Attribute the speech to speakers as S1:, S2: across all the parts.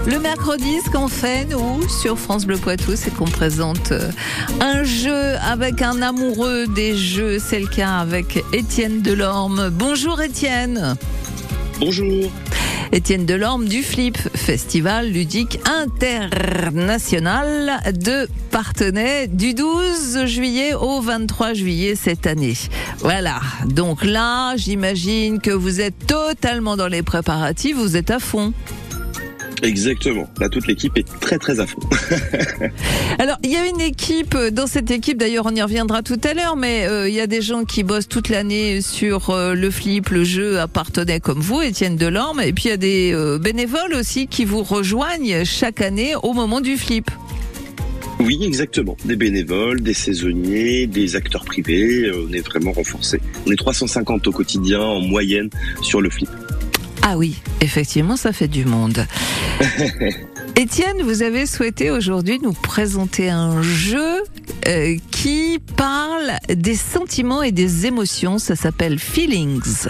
S1: Le mercredi, ce qu'on fait, nous, sur France Bleu Poitou, c'est qu'on présente un jeu avec un amoureux des jeux. C'est le cas avec Étienne Delorme. Bonjour Étienne.
S2: Bonjour.
S1: Étienne Delorme du Flip, Festival ludique international de Parthenay, du 12 juillet au 23 juillet cette année. Voilà, donc là, j'imagine que vous êtes totalement dans les préparatifs, vous êtes à fond.
S2: Exactement. Là, toute l'équipe est très très à fond.
S1: Alors, il y a une équipe, dans cette équipe, d'ailleurs, on y reviendra tout à l'heure, mais il y a des gens qui bossent toute l'année sur le flip, le jeu à Parthenay comme vous, Étienne Delorme, et puis il y a des bénévoles aussi qui vous rejoignent chaque année au moment du flip.
S2: Oui, exactement. Des bénévoles, des saisonniers, des acteurs privés, on est vraiment renforcés. On est 350 au quotidien en moyenne sur le flip.
S1: Ah oui, effectivement, ça fait du monde. Étienne, vous avez souhaité aujourd'hui nous présenter un jeu qui parle des sentiments et des émotions. Ça s'appelle Feelings.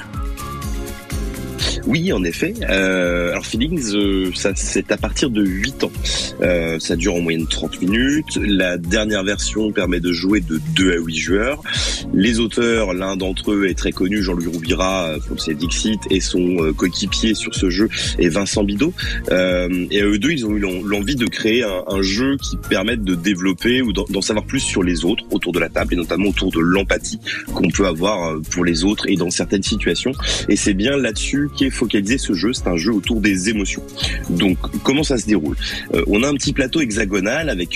S2: Oui, en effet. Alors Feelings, ça c'est à partir de 8 ans. Ça dure en moyenne 30 minutes. La dernière version permet de jouer de 2 à 8 joueurs. Les auteurs, l'un d'entre eux est très connu, Jean-Louis Roubira, comme c'est Dixit, et son coéquipier sur ce jeu est Vincent Bidot. Et eux deux, ils ont eu l'envie de créer un jeu qui permette de développer ou d'en savoir plus sur les autres autour de la table, et notamment autour de l'empathie qu'on peut avoir pour les autres et dans certaines situations. Et c'est bien là-dessus qu'est focalisé ce jeu. C'est un jeu autour des émotions. Donc, comment ça se déroule ? On a un petit plateau hexagonal avec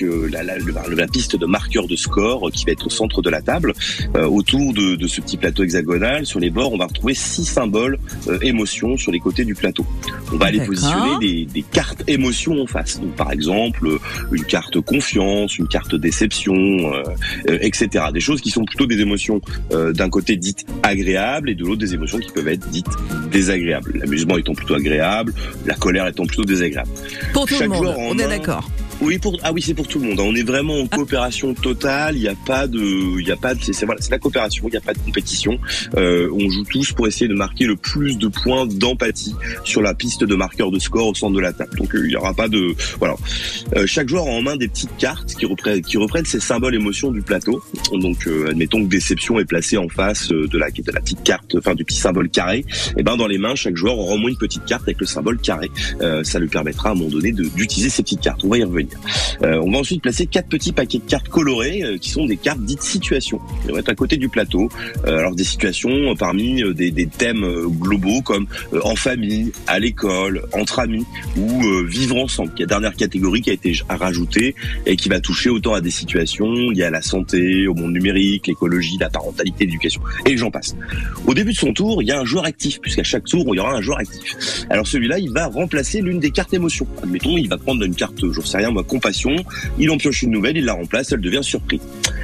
S2: la piste de marqueur de score qui va être au centre de la table. Autour de ce petit plateau hexagonal, sur les bords, on va retrouver 6 symboles émotions sur les côtés du plateau. On va aller positionner des cartes émotions en face. Donc, par exemple, une carte confiance, une carte déception, etc. Des choses qui sont plutôt des émotions d'un côté dites agréables et de l'autre des émotions qui peuvent être dites désagréables. L'amusement étant plutôt agréable, la colère étant plutôt désagréable.
S1: Pour tout le monde, on est d'accord.
S2: Oui, c'est pour tout le monde. On est vraiment en coopération totale. Il y a pas de, c'est la coopération. Il n'y a pas de compétition. On joue tous pour essayer de marquer le plus de points d'empathie sur la piste de marqueur de score au centre de la table. Donc il y aura pas de, voilà. Chaque joueur a en main des petites cartes qui reprennent ces symboles émotions du plateau. Donc admettons que déception est placée en face de la petite carte, enfin du petit symbole carré. Et ben dans les mains, chaque joueur aura au moins une petite carte avec le symbole carré. Ça lui permettra à un moment donné d'utiliser ces petites cartes. On va y revenir. On va ensuite placer 4 petits paquets de cartes colorées qui sont des cartes dites situations. Elles vont être à côté du plateau. Alors des situations parmi des thèmes globaux comme en famille, à l'école, entre amis ou vivre ensemble. Il y a la dernière catégorie qui a été rajoutée et qui va toucher autant à des situations liées à la santé, au monde numérique, l'écologie, la parentalité, l'éducation et j'en passe. Au début de son tour, il y a un joueur actif puisqu'à chaque tour, il y aura un joueur actif. Alors celui-là, il va remplacer l'une des cartes émotions. Admettons, il va prendre une carte, j'en sais rien, compassion, il en pioche une nouvelle, il la remplace, elle devient surprise.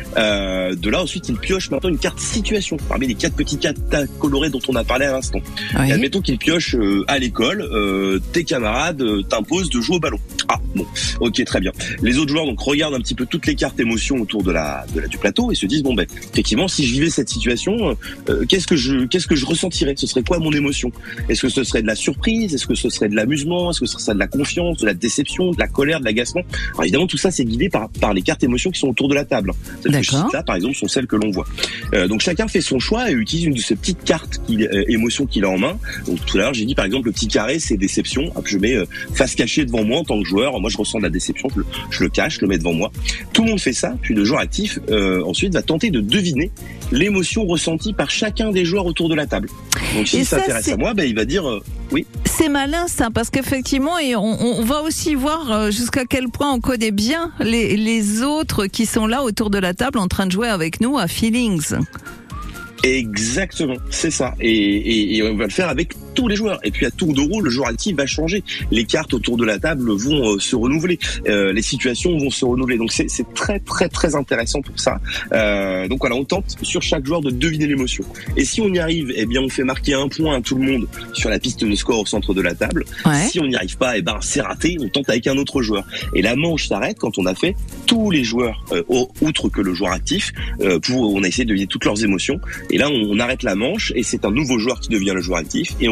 S2: De là, ensuite, il pioche maintenant une carte situation, parmi les 4 petites cartes colorées dont on a parlé à l'instant. Oui. Et admettons qu'il pioche à l'école, tes camarades t'imposent de jouer au ballon. Ah, bon, ok, très bien. Les autres joueurs donc regardent un petit peu toutes les cartes émotions autour du plateau et se disent, bon ben, effectivement, si je vivais cette situation, qu'est-ce que je ressentirais ? Ce serait quoi mon émotion ? Est-ce que ce serait de la surprise ? Est-ce que ce serait de l'amusement ? Est-ce que ce serait de la confiance, de la déception, de la colère, de l'agacement ? Alors évidemment, tout ça, c'est guidé par les cartes émotions qui sont autour de la table. Celles que je cite là, par exemple, sont celles que l'on voit. Donc chacun fait son choix et utilise une de ces petites cartes émotions qu'il a en main. Donc tout à l'heure, j'ai dit par exemple le petit carré, c'est déception. Hop, je mets face cachée devant moi en tant que joueur. Moi, je ressens de la déception, je le cache, je le mets devant moi. Tout le monde fait ça. Puis le joueur actif ensuite va tenter de deviner l'émotion ressentie par chacun des joueurs autour de la table. Donc s'il s'intéresse à moi, il va dire oui.
S1: C'est malin ça, parce qu'effectivement, et on va aussi voir jusqu'à quel point on connaît bien les autres qui sont là autour de la table en train de jouer avec nous à Feelings.
S2: Exactement, c'est ça. Et on va le faire avec tous les joueurs. Et puis à tour de rôle, le joueur actif va changer. Les cartes autour de la table vont se renouveler. Les situations vont se renouveler. Donc c'est très très très intéressant pour ça. Donc voilà, on tente sur chaque joueur de deviner l'émotion. Et si on y arrive, eh bien on fait marquer un point à tout le monde sur la piste de score au centre de la table. Ouais. Si on n'y arrive pas, c'est raté. On tente avec un autre joueur. Et la manche s'arrête quand on a fait tous les joueurs, outre que le joueur actif, on a essayé de deviner toutes leurs émotions. Et là, on arrête la manche et c'est un nouveau joueur qui devient le joueur actif et on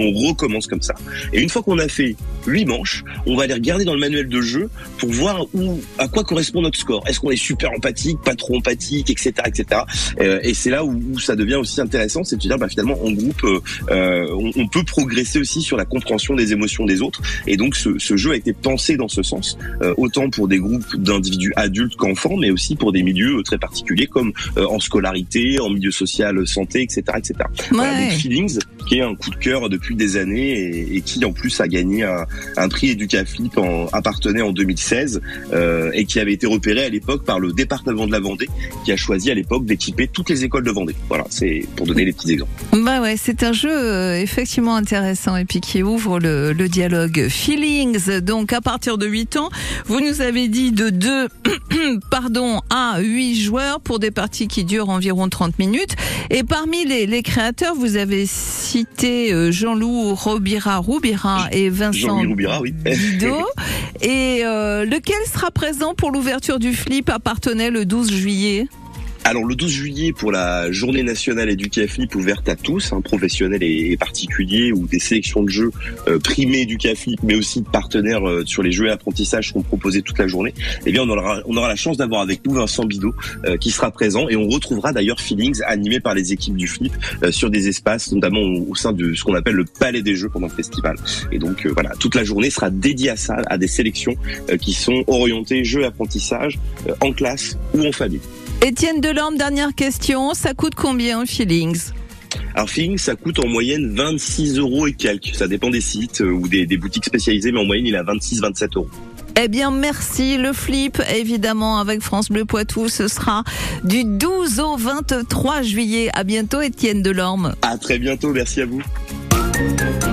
S2: on recommence comme ça. Et une fois qu'on a fait 8 manches, on va aller regarder dans le manuel de jeu pour voir à quoi correspond notre score. Est-ce qu'on est super empathique, pas trop empathique, etc., etc. Et c'est là où ça devient aussi intéressant, c'est de se dire, finalement, en groupe, on peut progresser aussi sur la compréhension des émotions des autres. Et donc, ce jeu a été pensé dans ce sens, autant pour des groupes d'individus adultes qu'enfants, mais aussi pour des milieux très particuliers comme en scolarité, en milieu social, santé, etc., etc.
S1: Ouais.
S2: Voilà, donc Feelings, qui est un coup de cœur depuis des années et qui en plus a gagné un prix Educaflip à Parthenay en 2016 et qui avait été repéré à l'époque par le département de la Vendée, qui a choisi à l'époque d'équiper toutes les écoles de Vendée. Voilà, c'est pour donner les petits exemples.
S1: Ouais, c'est un jeu effectivement intéressant et puis qui ouvre le dialogue. Feelings, donc à partir de 8 ans, vous nous avez dit de 2 à 8 joueurs pour des parties qui durent environ 30 minutes. Et parmi les créateurs, vous avez cité Jean-Loup Roubira et Vincent
S2: Roubira, oui.
S1: Didot. Et lequel sera présent pour l'ouverture du Flip à Parthenay le 12 juillet ?
S2: Alors le 12 juillet pour la journée nationale Educaflip ouverte à tous, professionnels et particuliers, ou des sélections de jeux primés Educaflip, mais aussi de partenaires sur les jeux et apprentissages seront proposés toute la journée. Eh bien on aura la chance d'avoir avec nous Vincent Bidot qui sera présent, et on retrouvera d'ailleurs Feelings animé par les équipes du Flip sur des espaces, notamment au sein de ce qu'on appelle le Palais des Jeux pendant le festival. Et donc voilà, toute la journée sera dédiée à ça, à des sélections qui sont orientées jeux et apprentissages en classe ou en famille.
S1: Étienne Delorme, dernière question, ça coûte combien Feelings ?
S2: Alors Feelings, ça coûte en moyenne 26 € et quelques. Ça dépend des sites ou des boutiques spécialisées, mais en moyenne il est à 26-27 €.
S1: Eh bien, merci. Le Flip, évidemment, avec France Bleu Poitou, ce sera du 12 au 23 juillet. À bientôt, Étienne Delorme.
S2: À très bientôt, merci à vous.